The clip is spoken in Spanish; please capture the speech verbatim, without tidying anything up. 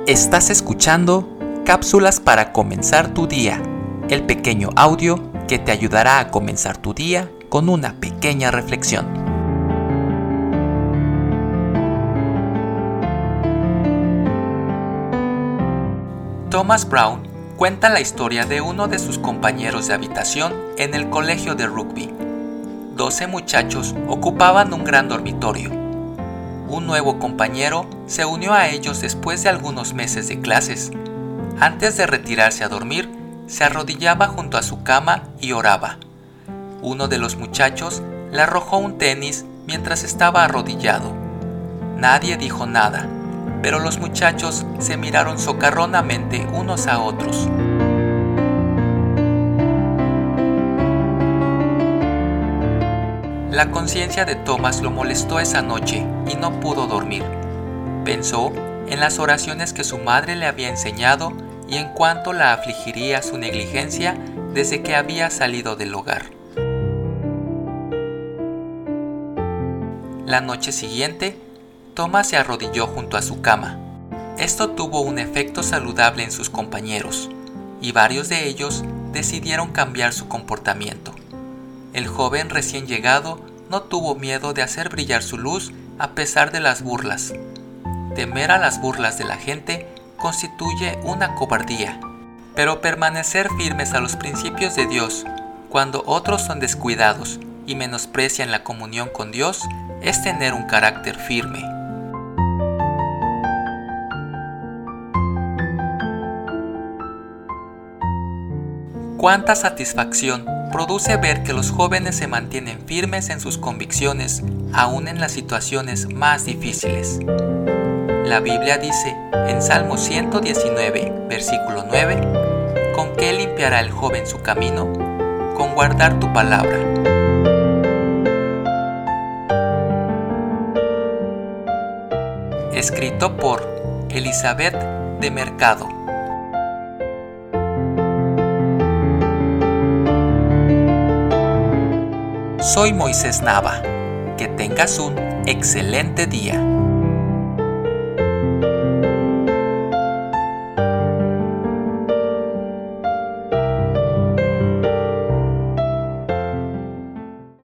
Estás escuchando Cápsulas para comenzar tu día, el pequeño audio que te ayudará a comenzar tu día con una pequeña reflexión. Thomas Brown cuenta la historia de uno de sus compañeros de habitación en el colegio de rugby. Doce muchachos ocupaban un gran dormitorio. Un nuevo compañero se unió a ellos después de algunos meses de clases. Antes de retirarse a dormir, se arrodillaba junto a su cama y oraba. Uno de los muchachos le arrojó un tenis mientras estaba arrodillado. Nadie dijo nada, pero los muchachos se miraron socarronamente unos a otros. La conciencia de Thomas lo molestó esa noche y no pudo dormir. Pensó en las oraciones que su madre le había enseñado y en cuánto la afligiría su negligencia desde que había salido del hogar. La noche siguiente, Thomas se arrodilló junto a su cama. Esto tuvo un efecto saludable en sus compañeros, y varios de ellos decidieron cambiar su comportamiento. El joven recién llegado no tuvo miedo de hacer brillar su luz a pesar de las burlas. Temer a las burlas de la gente constituye una cobardía, pero permanecer firmes a los principios de Dios cuando otros son descuidados y menosprecian la comunión con Dios es tener un carácter firme. Cuánta satisfacción produce ver que los jóvenes se mantienen firmes en sus convicciones, aún en las situaciones más difíciles. La Biblia dice en Salmo ciento diecinueve, versículo nueve, ¿con qué limpiará el joven su camino? Con guardar tu palabra. Escrito por Elizabeth de Mercado. Soy Moisés Nava. Que tengas un excelente día.